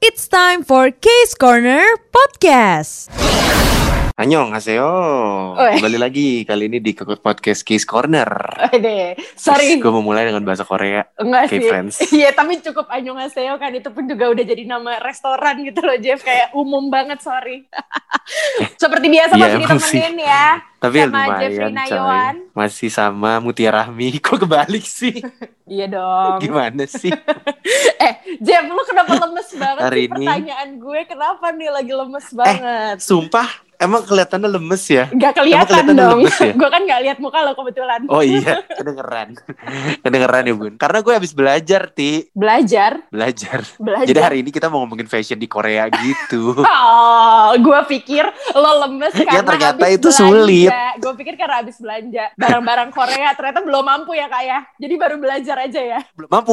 It's time for Case Corner Podcast. Annyeonghaseyo. Kembali lagi kali ini di podcast Case Corner. Sorry. Gue mau mulai dengan bahasa Korea. Enggak sih. Friends. Iya, tapi cukup annyeonghaseyo kan, itu pun juga udah jadi nama restoran gitu loh, Jeff, kayak umum banget, sorry. Seperti biasa masih ditemenin ya. Tapi sama Jeffrey Nayawan. Masih sama Mutia Rahmi. Kok kebalik sih? Iya dong. Gimana sih? Jeff, lu kenapa lemes banget hari sih? Ini... Pertanyaan gue, kenapa nih lagi lemes banget? Sumpah, emang kelihatannya lemes ya? Gak kelihatan dong. Ya? Gue kan gak lihat muka lo kebetulan. Oh iya, kedengeran ya Bun. Karena gue habis belajar, Ti. Belajar. Jadi hari ini kita mau ngomongin fashion di Korea gitu. Oh, gue pikir lo lemes karena ya ternyata habis itu belanja. Sulit. Gue pikir karena habis belanja barang-barang Korea, ternyata belum mampu ya Kak ya. Jadi baru belajar aja ya.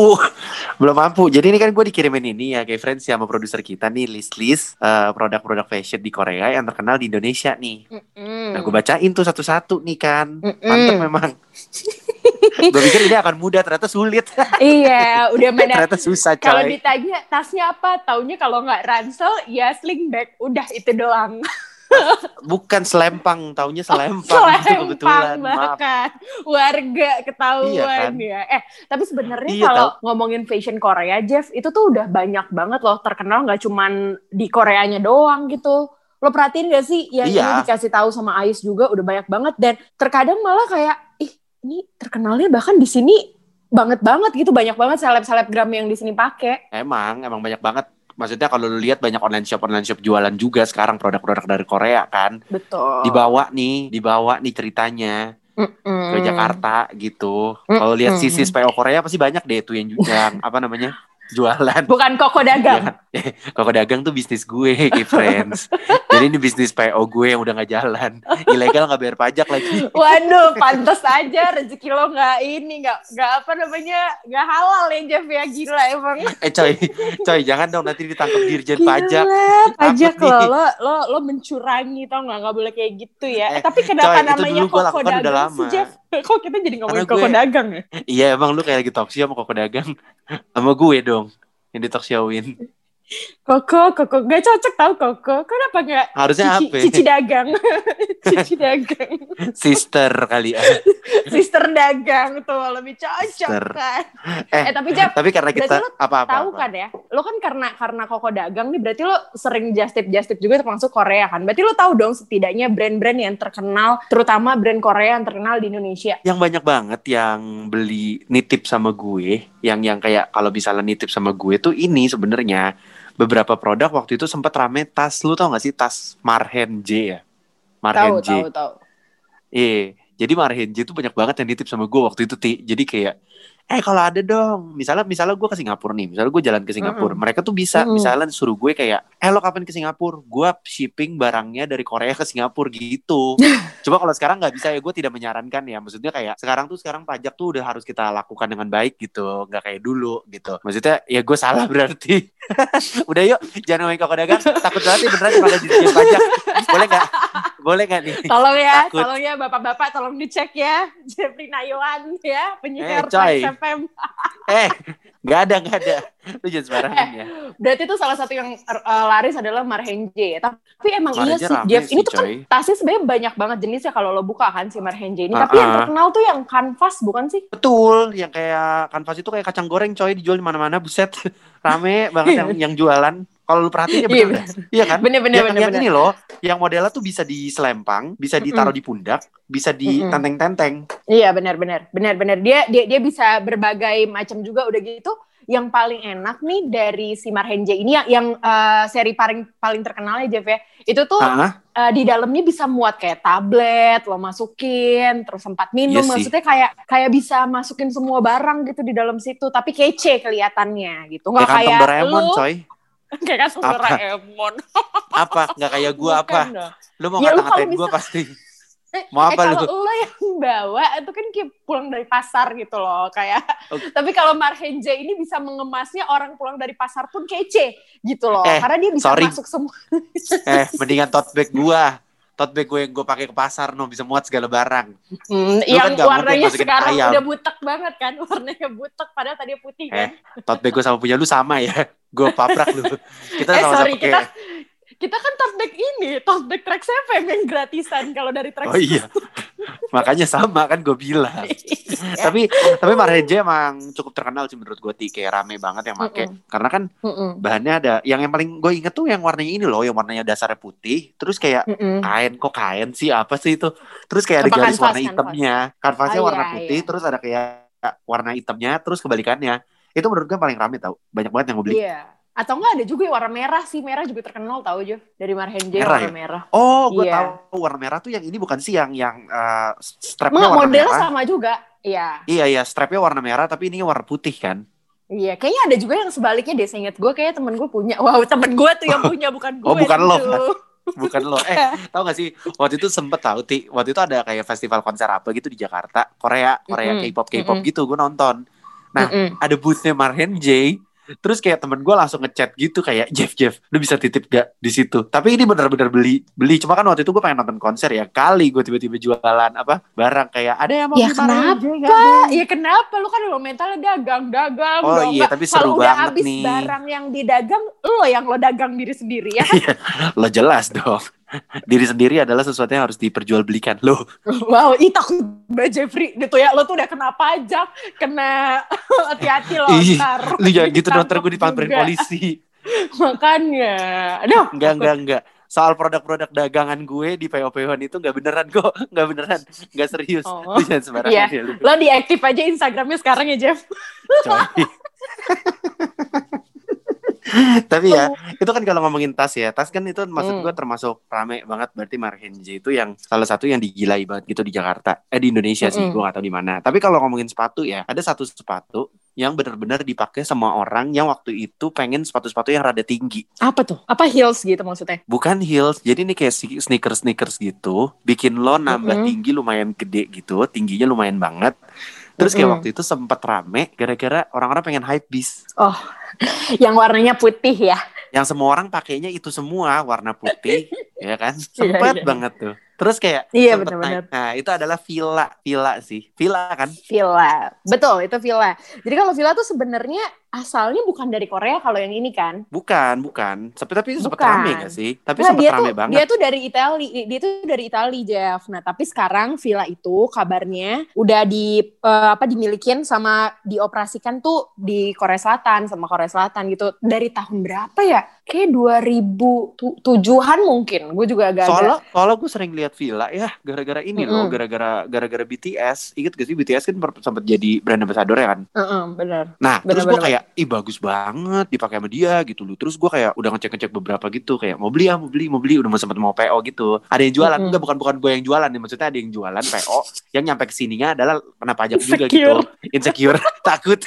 Belum mampu. Jadi ini kan gue dikirimin ini ya, kayak friends sama produser kita nih, list produk-produk fashion di Korea yang terkenal di Indonesia nih. Nah gue bacain tuh satu-satu nih kan. Mantep memang. Gue pikir ini akan mudah, ternyata sulit. Iya, udah mana. Ternyata susah coy. Kalau ditanya tasnya apa, taunya kalau nggak ransel ya sling bag, udah itu doang. Bukan selempang, taunya selempang itu kebetulan. Bahkan warga ketahuan iya kan? Ya. Tapi sebenarnya kalau ngomongin fashion Korea, Jeff, itu tuh udah banyak banget loh, terkenal nggak cuman di Koreanya doang gitu. Lo perhatiin gak sih yang ini dikasih tahu sama Ais juga udah banyak banget, dan terkadang malah kayak ini terkenalnya bahkan di sini banget gitu, banyak banget selebgram yang di sini pakai. Emang banyak banget. Maksudnya kalau lu lihat banyak online shop jualan juga sekarang produk-produk dari Korea kan. Betul. Dibawa nih ceritanya ke Jakarta gitu. Kalau lihat sisis PO Korea pasti banyak deh tuh yang apa namanya? Jualan. Bukan Koko Dagang. Ya, Koko Dagang tuh bisnis gue, friends. Jadi ini bisnis PO gue yang udah gak jalan. Ilegal, gak bayar pajak lagi. Waduh, pantes aja rezeki lo gak apa namanya, gak halal ya Jeff ya, gila emang. Coy, jangan dong nanti ditangkap Dirjen Pajak. Pajak lo mencurangi, tau gak boleh kayak gitu ya. Tapi kenapa namanya Koko Dagang sih Jeff? Kok kita jadi ngomongin Koko Dagang ya? Iya, emang lu kayak lagi talk show sama Koko Dagang. Sama gue dong yang di talk showin. Koko gak cocok tau Koko. Kenapa gak harusnya Cici Dagang? Cici Dagang. Sister kali ya. Sister Dagang tuh lebih cocok kan. Tapi karena kita tahu kan ya, lo kan karena Koko Dagang nih, berarti lo sering just tip juga termasuk Korea kan. Berarti lo tahu dong setidaknya brand-brand yang terkenal, terutama brand Korea yang terkenal di Indonesia. Yang banyak banget yang beli nitip sama gue, yang kayak kalau misalnya nitip sama gue tuh ini sebenarnya beberapa produk waktu itu sempat rame tas. Lu tau gak sih tas Marhenje ya? Marhenje. Tahu. Iya, jadi Marhenje tuh banyak banget yang nitip sama gue waktu itu, Ti. Jadi kayak kalau ada dong. Misalnya gue ke Singapura nih. Misalnya gue jalan ke Singapura. Mereka tuh bisa misalnya suruh gue kayak, lo kapan ke Singapura? Gue shipping barangnya dari Korea ke Singapura gitu. Coba kalau sekarang gak bisa ya, gue tidak menyarankan ya. Maksudnya kayak sekarang pajak tuh udah harus kita lakukan dengan baik gitu. Gak kayak dulu gitu. Maksudnya ya gue salah berarti. Udah yuk, jangan ngomongin Koko Dagang. Takut banget beneran pada dirjen pajak. Boleh gak nih? Tolong ya bapak-bapak, tolong dicek ya. Jeffrey Nayawan ya, penyiar FM. Gak ada. Lu jangan sembarangan ya. Berarti itu salah satu yang laris adalah Marhenje. Tapi emang Marhenje iya sih, Jeff. Ini tuh kan tasnya sebenarnya banyak banget jenisnya kalau lo buka kan si Marhenje ini. Tapi yang terkenal tuh yang kanvas bukan sih? Betul, yang kayak kanvas itu kayak kacang goreng coy, dijual di mana-mana, buset. Rame banget yang jualan. Kalau lu perhatiin ya bener. Iya kan? Bener. Yang ini loh, yang modelnya tuh bisa di selempang, bisa ditaruh di pundak, bisa di tenteng-tenteng. Iya benar. Dia bisa berbagai macam juga udah gitu. Yang paling enak nih dari si Marhenje ini yang seri paling terkenal ya Jeff ya. Itu tuh di dalamnya bisa muat kayak tablet, lo masukin, terus sempat minum. Yes, maksudnya kayak bisa masukin semua barang gitu di dalam situ, tapi kece kelihatannya gitu. Nggak kayak Doraemon, coy. Kayak kantong Doraemon. Apa? Nggak kayak gue apa? Lu mau ngata-ngatain gue pasti. Mau apa lu? Kalau lo yang bawa itu kan kayak pulang dari pasar gitu loh kayak. Tapi kalau Marhenje ini bisa mengemasnya orang pulang dari pasar pun kece gitu loh. Karena dia bisa masuk semua. Mendingan tote bag gua. Tote bag gue yang gue pakai ke pasar bisa muat segala barang. Yang kan warnanya sekarang udah butek banget kan, warnanya butek padahal tadi putih kan. Tote bag gue sama punya lu sama ya. Gue paprak lu. Kita sama-sama pakai. Kita kan tote bag Trax FM yang gratisan kalau dari Trax. Oh iya. Makanya sama kan gue bilang. tapi Marhenje emang cukup terkenal sih menurut gue, kayak rame banget yang make. Karena kan bahannya ada yang paling gue inget tuh yang warnanya ini loh, yang warnanya dasarnya putih, terus kayak kain sih apa sih itu? Terus kayak ada garis warna hitamnya. Kanvasnya warna putih, terus ada kayak warna hitamnya, terus kebalikannya. Itu menurut gue paling rame tau. Banyak banget yang gue beli. Iya. Atau enggak ada juga yang warna merah sih. Merah juga terkenal tau Jo. Dari Marhenje warna merah. Oh gue tahu warna merah tuh yang ini bukan sih yang strapnya warna modelnya merah. sama juga. Iya. Iya strapnya warna merah tapi ini warna putih kan. Iya kayaknya ada juga yang sebaliknya deh. Seinget gue kayak temen gue punya. Wow temen gue tuh yang punya bukan gue. Oh bukan lo kan? Bukan lo. Tahu gak sih waktu itu sempet tahu waktu itu ada kayak festival konser apa gitu di Jakarta. Korea K-pop gitu gue nonton. Nah ada boothnya Marhenje. Terus kayak temen gue langsung ngechat gitu kayak Jeff, lu bisa titip gak di situ? Tapi ini benar-benar beli. Cuma kan waktu itu gue pengen nonton konser ya. Kali gue tiba-tiba jualan barang kayak ada yang mau ya kenapa? Ya kenapa? Lu kan lo mentalnya dagang. Oh dong. Iya, tapi seru banget nih. Kalau udah habis barang yang didagang, lo dagang diri sendiri ya kan? Lo jelas dong. Diri sendiri adalah sesuatu yang harus diperjualbelikan lo. Wow, takut Mbak Jeffrey gitu ya. Lo tuh udah kena pajak, kena hati-hati lo ntar. Lu jangan gitu dong, ntar gue dipanggil polisi. Makanya, aduh. Enggak. Soal produk-produk dagangan gue di PO-PO-an itu enggak beneran kok. Enggak beneran, enggak serius. Lu jangan sembarangan ya. Lo diaktif aja Instagramnya sekarang ya Jeff. Coy. Tapi ya itu kan kalau ngomongin tas kan itu maksud gue termasuk rame banget. Berarti Marhenje itu yang salah satu yang digilai banget gitu di Jakarta, di Indonesia sih, gue gak tahu di mana. Tapi kalau ngomongin sepatu ya, ada satu sepatu yang benar-benar dipakai sama orang yang waktu itu pengen sepatu-sepatu yang rada tinggi. Apa tuh? Apa heels gitu maksudnya? Bukan heels, jadi ini kayak sneakers gitu, bikin lo nambah tinggi lumayan gede gitu, tingginya lumayan banget. Terus kayak waktu itu sempat rame gara-gara orang-orang pengen hypebeast. Oh, yang warnanya putih ya? Yang semua orang pakainya itu semua warna putih, ya kan? Sempet banget tuh. Terus kayak benar-benar. Nah, itu adalah Fila sih. Fila kan? Fila. Betul, itu Fila. Jadi kalau Fila tuh sebenarnya asalnya bukan dari Korea kalau yang ini kan? Bukan. Tapi itu sempat rame gak sih? Tapi sempat rame banget. Dia tuh dari Itali, Jeff. Nah, tapi sekarang Fila itu kabarnya udah dimilikin sama dioperasikan tuh di Korea Selatan sama Korea Selatan gitu. Dari tahun berapa ya? Kayak 2007-an mungkin. Gue juga agak Soalnya gue sering lihat Fila ya gara-gara ini loh, gara-gara BTS. Ingat gak sih BTS kan sempat jadi brand ambassador ya kan? Benar. Nah, terus gue kayak bagus banget dipakai sama dia gitu loh. Terus gue kayak udah ngecek beberapa gitu kayak mau beli udah mau PO gitu. Ada yang jualan, enggak bukan gue yang jualan nih, maksudnya ada yang jualan PO yang nyampe kesininya adalah kena pajak juga gitu. Insecure, takut.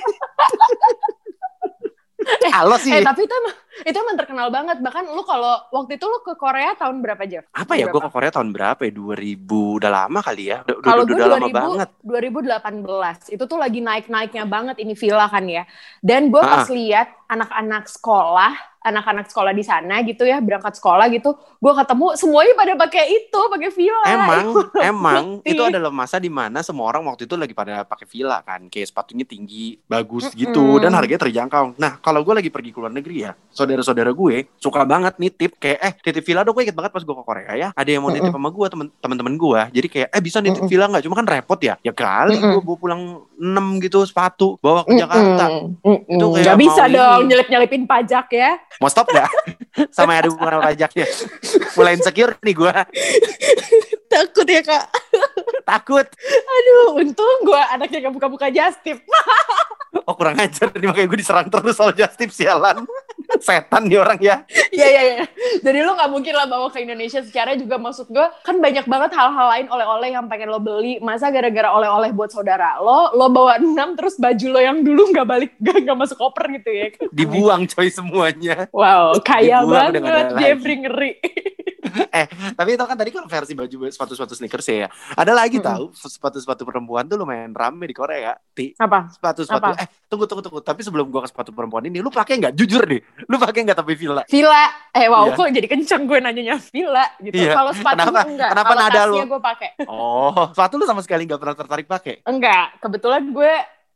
Halo sih. Tapi itu emang terkenal banget. Bahkan lu kalau waktu itu lu ke Korea tahun berapa, Jeff? Apa ya? Gue ke Korea tahun berapa ya? 2000, udah lama kali ya. Kalau gue udah lama banget. 2018. Itu tuh lagi naik-naiknya banget ini Fila kan ya. Dan gue pas lihat anak-anak sekolah di sana gitu ya, berangkat sekolah gitu, gue ketemu semuanya pada pakai Fila. Emang itu adalah masa di mana semua orang waktu itu lagi pada pakai Fila kan, kayak sepatunya tinggi, bagus gitu, dan harganya terjangkau. Nah, kalau gue lagi pergi ke luar negeri ya, saudara-saudara gue suka banget nitip kayak titip Fila dong. Gue inget banget pas gue ke Korea ya, ada yang mau nitip sama gue, teman-teman gue. Jadi kayak bisa nitip Fila nggak? Cuma kan repot ya kali gue bawa pulang 6 gitu sepatu bawa ke Jakarta. Itu kayak nggak bisa dong nyelip-nyelipin pajak ya. Mau stop gak? Sama ada hubungan pajaknya. Mulai insecure nih gue. Takut ya kak. Takut. Aduh, untung gue anaknya gak buka-buka Justip. Oh kurang ajar nih, makanya gue diserang terus soal Justip, sialan. Setan nih orang ya. Iya. Jadi lo gak mungkin lah bawa ke Indonesia. Secara juga maksud gue kan banyak banget hal-hal lain oleh-oleh yang pengen lo beli. Masa gara-gara oleh-oleh buat saudara lo bawa 6 terus baju lo yang dulu gak masuk koper gitu ya. Dibuang coy semuanya. Wow, kaya banget Jeffrey, ngeri. Tapi itu kan tadi kan versi baju sepatu-sepatu sneakers ya. Ada lagi tahu sepatu-sepatu perempuan tuh lumayan rame di Korea. Apa? Sepatu. Tunggu. Tapi sebelum gua ke sepatu perempuan ini, lu pakai nggak? Jujur deh, lu pakai nggak tapi Fila? Kok jadi kenceng gue nanyanya Fila gitu. Iya. Kalau sepatu enggak. Kenapa nada lu? Gue pakai. Oh, sepatu lu sama sekali nggak pernah tertarik pakai? Enggak, kebetulan gue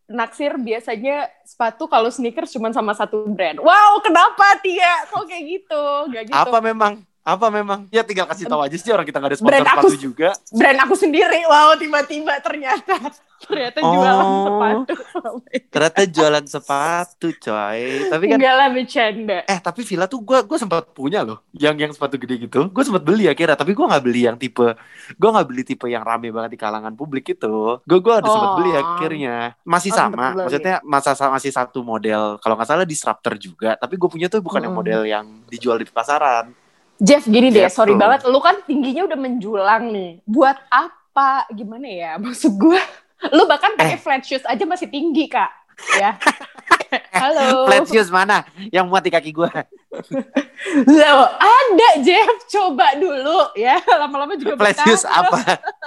naksir biasanya sepatu kalau sneakers cuma sama satu brand. Wow, kenapa Tia? Kok kayak gitu? Gak gitu. Apa memang? Ya tinggal kasih tahu aja sih, orang kita gak ada sponsor sepatu juga. Brand aku sendiri. Wow, tiba-tiba ternyata jualan sepatu. Ternyata jualan sepatu, coy. Tapi kan enggak lah, bercanda. Tapi Fila tuh gue sempat punya loh, yang sepatu gede gitu. Gue sempat beli akhirnya, tapi gue nggak beli tipe yang rame banget di kalangan publik itu. Gue ada sempat beli akhirnya. Masih sama, maksudnya masih satu model. Kalau nggak salah Disruptor juga. Tapi gue punya tuh bukan yang model yang dijual di pasaran. Jeff, gini deh, sorry banget. Lu kan tingginya udah menjulang nih. Buat apa? Gimana ya? Maksud gue, lu bahkan pakai flat shoes aja masih tinggi, Kak. Ya. Halo. Flat shoes mana? Yang muat di kaki gue. Loh, ada, Jeff. Coba dulu ya. Lama-lama juga flat shoes apa?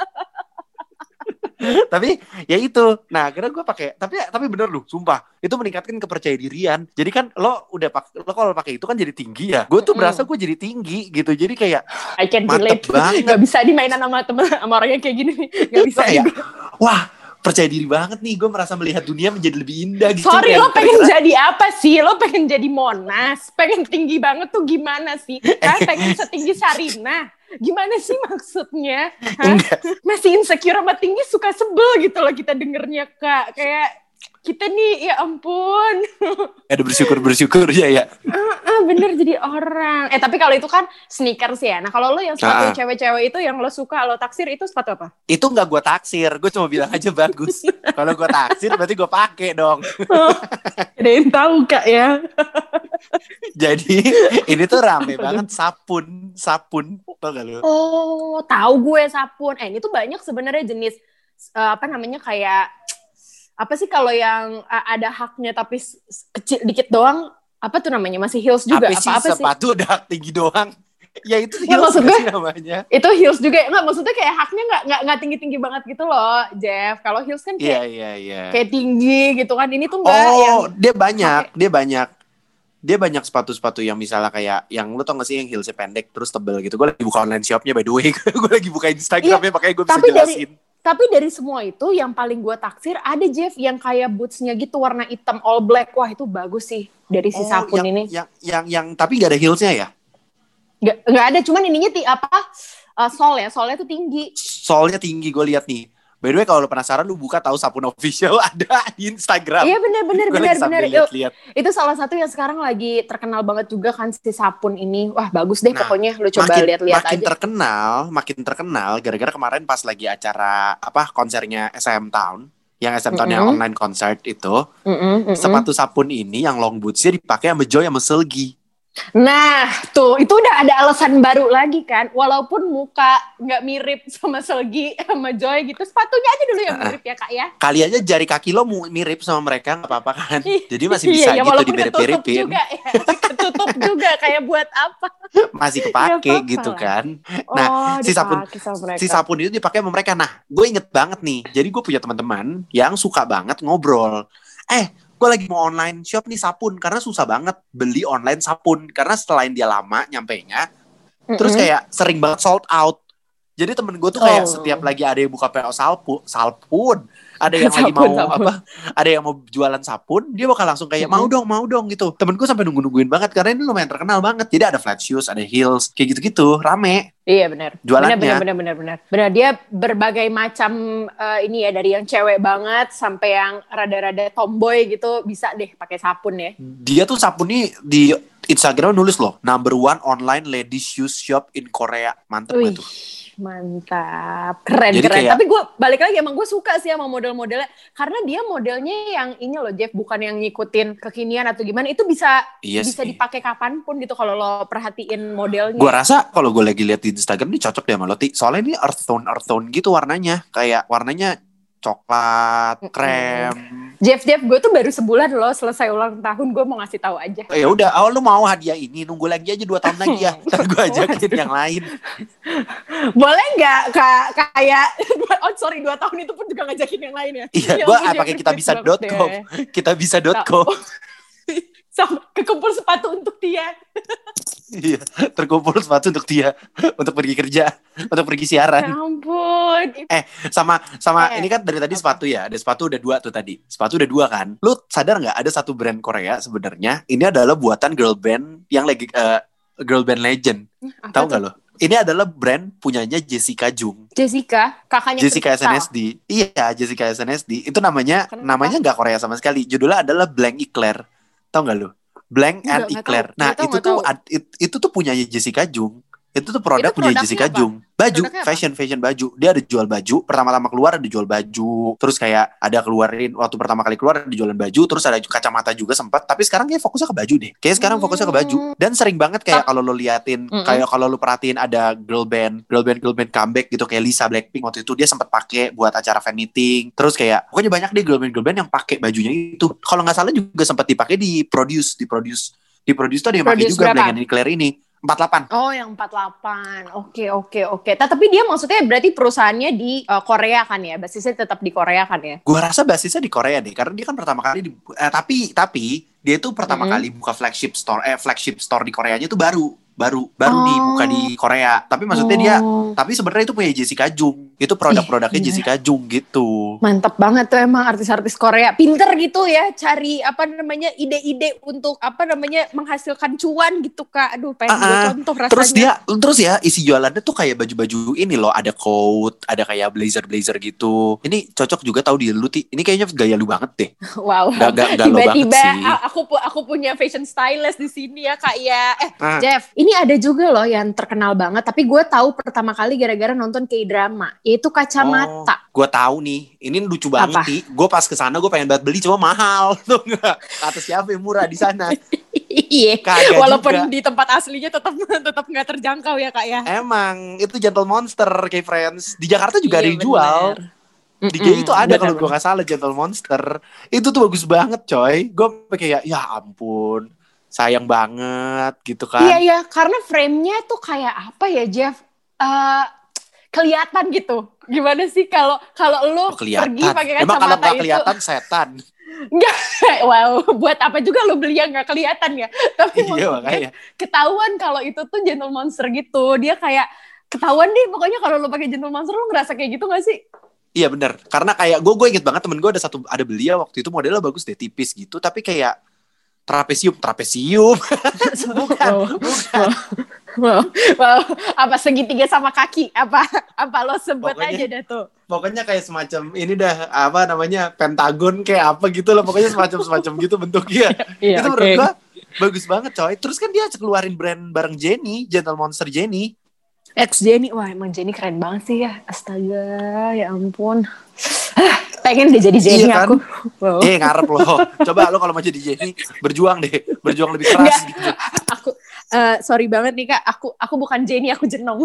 Tapi ya itu. Nah, akhirnya gue pakai. Tapi bener loh, sumpah. Itu meningkatkan kepercayaan dirian. Jadi kan lo kalau pakai itu kan jadi tinggi ya. Gue tuh berasa gue jadi tinggi gitu. Jadi kayak I can mantep banget. Gak bisa dimainan sama orang yang kayak gini nih. Gak bisa ya. Wah, percaya diri banget nih. Gue merasa melihat dunia menjadi lebih indah gitu. Sorry, lo pengen jadi apa sih? Lo pengen jadi Monas? Pengen tinggi banget tuh gimana sih? Pengen setinggi Sarina? Gimana sih maksudnya? Masih insecure sama tinggi, suka sebel gitu loh kita dengernya, Kak. Kayak kita nih, ya ampun. Ada bersyukur ya. Bener jadi orang. Tapi kalau itu kan sneakers ya. Nah kalau lo yang sepatu cewek-cewek itu yang lo suka, lo taksir, itu sepatu apa? Itu nggak gue taksir, gue cuma bilang aja bagus. Kalau gue taksir berarti gue pakai dong. Ada yang tahu, Kak, ya. Jadi ini tuh rame banget sabun, tau gak lu? Oh, tahu gue sabun. Ini tuh banyak sebenarnya jenis kayak apa sih kalau yang ada haknya tapi kecil dikit doang, apa tuh namanya? Masih heels juga? Apa sih? Sepatu ada hak tinggi doang. Ya itu heels namanya. Itu heels juga. Enggak, maksudnya kayak haknya enggak tinggi-tinggi banget gitu loh, Jeff. Kalau heels kan kayak kayak tinggi gitu kan. Ini tuh enggak yang dia banyak sepatu-sepatu yang misalnya kayak yang lu tau gak sih yang heelsnya pendek terus tebel gitu. Gue lagi buka online shopnya by the way. Gue lagi buka Instagramnya makanya gue bisa jelasin. Tapi dari semua itu yang paling gue taksir ada, Jeff, yang kayak bootsnya gitu warna hitam all black. Wah, itu bagus sih dari si sabun ini. Yang tapi gak ada heelsnya ya? Gak ada, cuman ininya solnya tuh tinggi. Solnya tinggi, gue lihat nih. By the way, kalau lo penasaran, lu buka tahu Sabun Official ada di Instagram. Iya benar. Itu salah satu yang sekarang lagi terkenal banget juga kan si sabun ini. Wah bagus deh pokoknya, lu coba lihat-lihat aja. Makin terkenal gara-gara kemarin pas lagi acara konsernya SM Town. Yang SM Town yang online concert itu. Sepatu sabun ini yang long bootsnya dipakai sama Joy sama Selgi. Nah, tuh itu udah ada alasan baru lagi kan. Walaupun muka nggak mirip sama Selgi sama Joy gitu, sepatunya aja dulu yang mirip ya, Kak ya. Kali aja jari kaki lo mirip sama mereka, nggak apa-apa kan. Jadi masih bisa gitu dimirip-miripin. Ketutup juga kayak buat apa? Masih kepake gitu kan. Nah, si sabun itu dipakai sama mereka. Nah, gue inget banget nih. Jadi gue punya teman-teman yang suka banget ngobrol. Gue lagi mau online shop nih sabun karena susah banget beli online sabun karena selain dia lama nyampenya, terus kayak sering banget sold out. Jadi temen gue tuh kayak setiap lagi ada yang buka PO salpun, ada yang lagi mau ada yang mau jualan sabun, dia bakal langsung kayak mau dong gitu. Temen gue sampai nungguin banget karena ini lumayan terkenal banget. Jadi ada flat shoes, ada heels, kayak gitu-gitu, rame. Iya benar. Jualannya. Benar. Dia berbagai macam ini ya, dari yang cewek banget sampai yang rada-rada tomboy gitu bisa deh pakai sabun ya. Dia tuh sabun nih di Instagram nulis loh, #1 online ladies shoes shop in Korea. Mantep gak tuh? Mantap, keren. Tapi gue balik lagi, emang gue suka sih sama model-modelnya karena dia modelnya yang ini loh, Jeff, bukan yang ngikutin kekinian atau gimana. Itu bisa dipakai kapanpun gitu kalau lo perhatiin modelnya. Gue rasa kalau gue lagi lihat di Instagram ini cocok deh sama lo, Ti. Soalnya ini earth tone gitu warnanya, kayak warnanya coklat, krem. Jeff, gue tuh baru sebulan loh selesai ulang tahun, gue mau ngasih tau aja. Ya udah, lu mau hadiah ini, nunggu lagi aja 2 tahun lagi ya. Ntar gue ajakin yang lain. Boleh nggak kayak 2 tahun itu pun juga ngajakin yang lain ya? Iya, gue pakai kitabisa.com. Kitabisa.com. Sama kekumpul sepatu untuk dia. Iya, terkumpul sepatu untuk dia, untuk pergi kerja, untuk pergi siaran. Ya ampun. Sama ini kan dari tadi sepatu ya, ada sepatu udah 2 tuh tadi. Sepatu udah 2 kan. Lu sadar nggak ada satu brand Korea sebenarnya ini adalah buatan girl band yang lagi girl band legend. Tahu nggak lo? Ini adalah brand punyanya Jessica Jung. Jessica, kakaknya Jessica Crystal. SNSD. Iya, Jessica SDP. Itu namanya nggak Korea sama sekali. Judulnya adalah Blank Eclair. Tahu nggak lo? Blank and Eclair. Nah, itu tuh punyanya Jessica Jung. Itu tuh produk punya Jessica Jung. Baju, fashion baju. Dia ada jual baju. Pertama-tama keluar ada jual baju. Terus kayak ada keluarin waktu pertama kali keluar ada jualan baju. Terus ada kacamata juga sempat. Tapi sekarang kayak fokusnya ke baju deh. Kayak sekarang fokusnya ke baju. Dan sering banget kayak kalau lo liatin, kayak kalau lo perhatiin ada girl band comeback gitu kayak Lisa Blackpink waktu itu dia sempat pakai buat acara fan meeting. Terus kayak pokoknya banyak deh girl band yang pakai bajunya itu. Kalau nggak salah juga sempat dipakai di Produce tuh ada yang pakai juga Blank and Eclair ini. 48. Oh, yang 48. Oke. Tapi dia maksudnya berarti perusahaannya di Korea kan ya? Basisnya tetap di Korea kan ya? Gua rasa basisnya di Korea deh, karena dia kan pertama kali tapi dia tuh pertama kali buka flagship store di Koreanya tuh baru dibuka di Korea. Tapi maksudnya tapi sebenarnya itu punya Jessica Jung. Itu produk-produknya Jessica Jung gitu. Mantap banget tuh emang artis-artis Korea. Pinter gitu ya cari ide-ide untuk menghasilkan cuan gitu Kak. Aduh, pengen gue contoh rasanya. Terus ya isi jualannya tuh kayak baju-baju ini loh, ada coat, ada kayak blazer gitu. Ini cocok juga tahu di lu Ti. Ini kayaknya gaya lu banget deh. Wow. Gak Tiba-tiba aku punya fashion stylist di sini ya Kak ya. Jeff, ini ada juga loh yang terkenal banget, tapi gue tahu pertama kali gara-gara nonton K-drama, yaitu kacamata. Gue tahu nih, ini lucu banget nih. Gue pas kesana gue pengen banget beli, cuma mahal tuh nggak. Kata siapa yang murah di sana? Iya. Walaupun juga di tempat aslinya tetap nggak terjangkau ya Kak ya. Emang itu Gentle Monster kayak friends. Di Jakarta juga ada yang jual. Di GI itu ada kalau gue nggak salah Gentle Monster. Itu tuh bagus banget coy. Gue kayak ya ampun. Sayang banget gitu kan. Iya, karena frame-nya tuh kayak apa ya Jeff? Kelihatan gitu. Gimana sih kalau lu pergi pakai kacamata itu? Emang kalau nggak kelihatan setan. Enggak, wow, buat apa juga lu beli yang nggak kelihatan ya? Tapi makanya ketahuan kalau itu tuh Gentle Monster gitu. Dia kayak ketahuan deh. Pokoknya kalau lu pakai Gentle Monster lu ngerasa kayak gitu nggak sih? Iya benar. Karena kayak gue inget banget temen gue ada beli ya waktu itu modelnya bagus deh, tipis gitu. Tapi kayak trapesium. bukan. Wow. Apa segitiga sama kaki? Apa lo sebut aja dah tuh. Pokoknya kayak semacam ini dah pentagon kayak apa gitu loh. Pokoknya semacam gitu bentuknya. Itu menurut gue bagus banget coy. Terus kan dia keluarin brand bareng Jennie, Gentle Monster Jennie. Jennie, wah emang Jennie keren banget sih ya. Astaga, ya ampun. Pengen deh jadi Jennie kan? Aku. Wow. Ngarep loh. Coba lo kalau mau jadi Jennie berjuang lebih keras gitu. Aku sorry banget nih Kak, aku bukan Jennie, aku Jenong.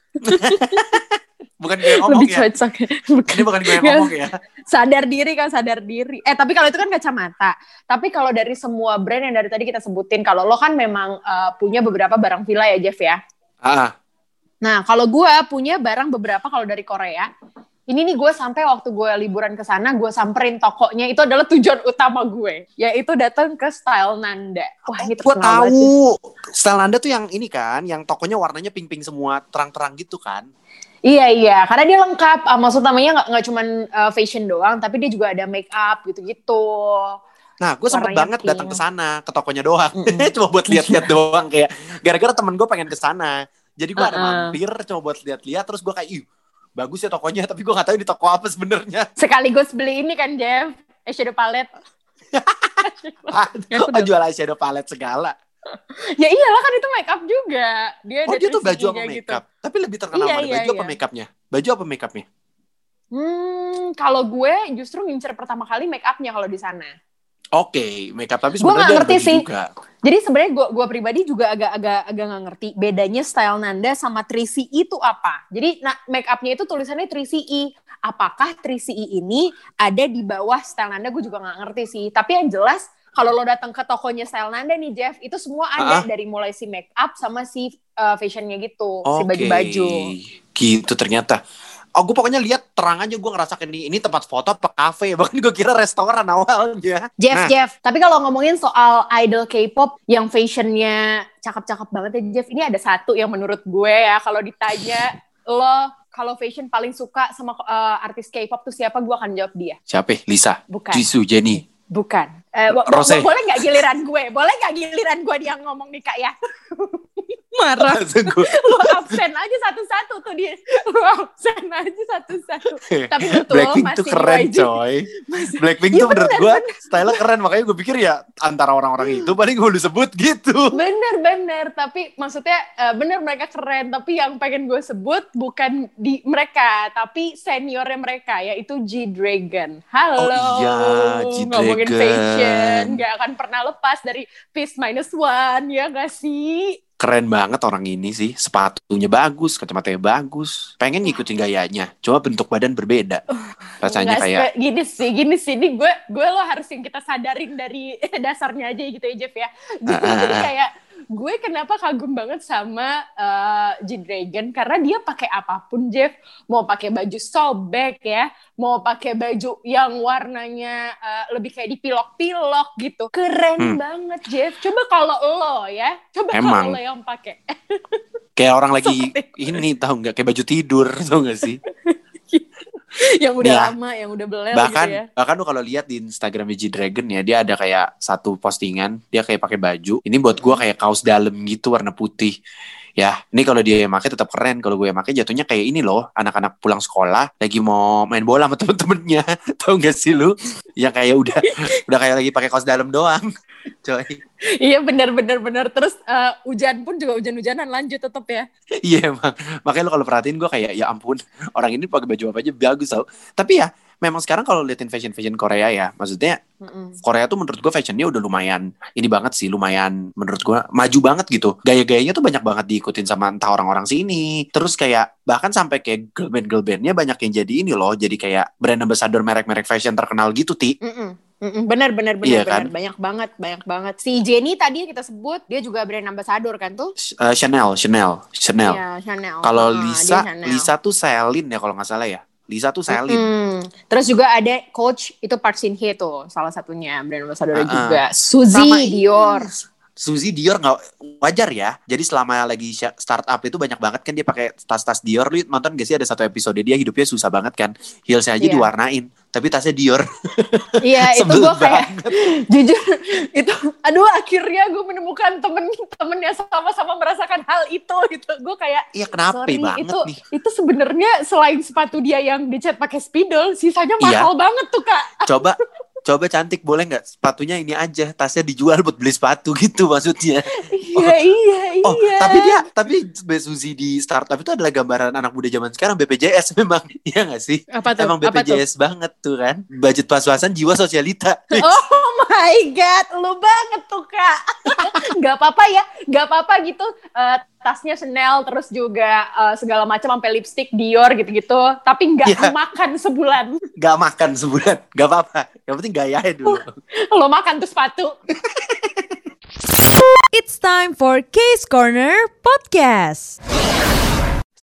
Bukan gue ngomong lebih ya. Ini bukan gue ngomong ya. Sadar diri. Tapi kalau itu kan kacamata. Tapi kalau dari semua brand yang dari tadi kita sebutin, kalau lo kan memang punya beberapa barang villa ya Jeff ya. Nah, kalau gue punya barang beberapa kalau dari Korea. Ini nih gue sampai waktu gue liburan ke sana, gue samperin tokonya. Itu adalah tujuan utama gue, yaitu datang ke Style Nanda. Wah, ini terkenal banget. Gue tahu. Style Nanda tuh yang ini kan, yang tokonya warnanya pink-pink semua, terang-terang gitu kan? Iya, karena dia lengkap. Maksud namanya nggak cuma fashion doang, tapi dia juga ada make up gitu-gitu. Nah, gue sempet banget datang ke sana, ke tokonya doang. Cuma buat lihat-lihat doang, kayak gara-gara temen gue pengen ke sana. Jadi gue ada mampir, cuma buat lihat-lihat, terus gue kayak, bagus ya tokonya, tapi gue gak tahu ini toko apa sebenarnya. Sekaligus beli ini kan, Jeff, eyeshadow palette. Jual eyeshadow palette segala. Ya iyalah kan itu make up juga. Dia tuh baju apa make up? Gitu. Tapi lebih terkenal mana baju apa make upnya? Baju apa make upnya? Kalau gue justru ngincer pertama kali make upnya kalau di sana. Oke, make up tapi sebenarnya gue nggak ngerti sih. Juga. Jadi sebenarnya gue pribadi juga agak nggak ngerti bedanya Style Nanda sama 3CE itu apa. Jadi make upnya itu tulisannya 3CE. Apakah 3CE ini ada di bawah Style Nanda? Gue juga nggak ngerti sih. Tapi yang jelas kalau lo datang ke tokonya Style Nanda nih Jeff, itu semua ada dari mulai si make up sama si fashionnya gitu, si baju-baju. Gitu ternyata. Gue pokoknya lihat terang aja, gue ngerasa ini tempat foto apa kafe, bahkan gue kira restoran awalnya. Jeff, tapi kalau ngomongin soal idol K-pop yang fashionnya cakep-cakep banget ya Jeff. Ini ada satu yang menurut gue ya, kalau ditanya lo kalau fashion paling suka sama artis K-pop tuh siapa, gue akan jawab dia. Siapa? Lisa? Bukan. Jisoo, Jennie? Bukan. Rose? Boleh nggak giliran gue? Boleh nggak giliran gue dia ngomong nih Kak ya? Marah. Lu absen aja satu-satu tuh dia. Lu absen aja satu-satu. Tapi betul Blackpink masih tuh keren YG. coy. Blackpink tuh menurut gue style-nya keren. Makanya gue pikir ya antara orang-orang itu paling gue sebut gitu. Bener. Tapi maksudnya bener mereka keren. Tapi yang pengen gue sebut bukan di mereka. Tapi seniornya mereka, yaitu G-Dragon. Halo. Oh iya, G-Dragon. Ngomongin fashion. Gak akan pernah lepas dari P-1, ya gak sih? Keren banget orang ini sih. Sepatunya bagus, kacamatanya bagus. Pengen ngikutin gayanya. Cuma bentuk badan berbeda. Rasanya kayak gini sih. Ini gue lo harus yang kita sadarin dari dasarnya aja gitu ya Jeff ya. Jadi kayak gue kenapa kagum banget sama G-Dragon karena dia pakai apapun Jeff. Mau pakai baju sobek ya, mau pakai baju yang warnanya lebih kayak dipilok-pilok gitu. Keren banget Jeff. Coba kalau lo ya, kalau lo yang pakai. Kayak orang lagi ini tahu nggak, kayak baju tidur, tahu nggak sih? Yang udah lama, yang udah belel bahkan, gitu ya. Bahkan lu kalau lihat di Instagram G-Dragon ya, dia ada kayak satu postingan, dia kayak pakai baju. Ini buat gua kayak kaos dalam gitu warna putih. Ya, ini kalau dia yang pakai tetap keren. Kalau gue yang pakai jatuhnya kayak ini loh, anak-anak pulang sekolah lagi mau main bola sama temen-temennya. Tahu gak sih lu? Yang kayak udah kayak lagi pakai kaos dalam doang. Coy. Iya benar. Terus hujan pun juga hujan-hujanan lanjut tetap ya. Iya emang. Makanya lo kalau perhatiin gue kayak ya ampun, orang ini pakai baju apa aja bagus tau. Tapi ya memang sekarang kalau liatin fashion Korea ya, maksudnya Korea tuh menurut gue fashionnya udah lumayan ini banget sih, lumayan menurut gue maju banget gitu. Gaya-gayanya tuh banyak banget diikutin sama entah orang-orang sini. Terus kayak bahkan sampai kayak girl bandnya banyak yang jadi ini loh, jadi kayak brand ambassador merek-merek fashion terkenal gitu Ti. Benar, iya kan? banyak banget. Si Jennie tadi kita sebut dia juga brand ambassador kan tuh? Chanel. Iya, Chanel. Kalau Lisa tuh Celine ya kalau nggak salah ya. Lisa tuh Celine. Terus juga ada Coach itu Park Shin Hye tuh salah satunya brand ambassador juga. Suzy Dior nggak wajar ya. Jadi selama lagi startup itu banyak banget kan dia pakai tas-tas Dior. Lu nonton gak sih ada satu episode dia hidupnya susah banget kan. Heelsnya aja diwarnain, tapi tasnya Dior. Iya itu gue kayak jujur itu. Aduh akhirnya gue menemukan temen-temen yang sama-sama merasakan hal itu gitu. Gue kayak iya kenapa banget nih. Itu sebenarnya selain sepatu dia yang dicat pakai spidol, sisanya mahal banget tuh Kak. Coba cantik boleh nggak sepatunya ini aja, tasnya dijual buat beli sepatu gitu maksudnya. Iya. Tapi Suzy di startup itu adalah gambaran anak muda zaman sekarang BPJS memang, iya nggak sih? Apa tuh? Emang BPJS banget tuh kan, budget pas-pasan jiwa sosialita. Oh my god, lu banget tuh Kak. Gak apa-apa gitu. Tasnya Chanel terus juga segala macam sampai lipstick Dior gitu-gitu, tapi nggak makan sebulan. Nggak makan sebulan, nggak apa-apa. Yang penting gayanya dulu. Lo makan tuh sepatu. It's time for Case Corner Podcast.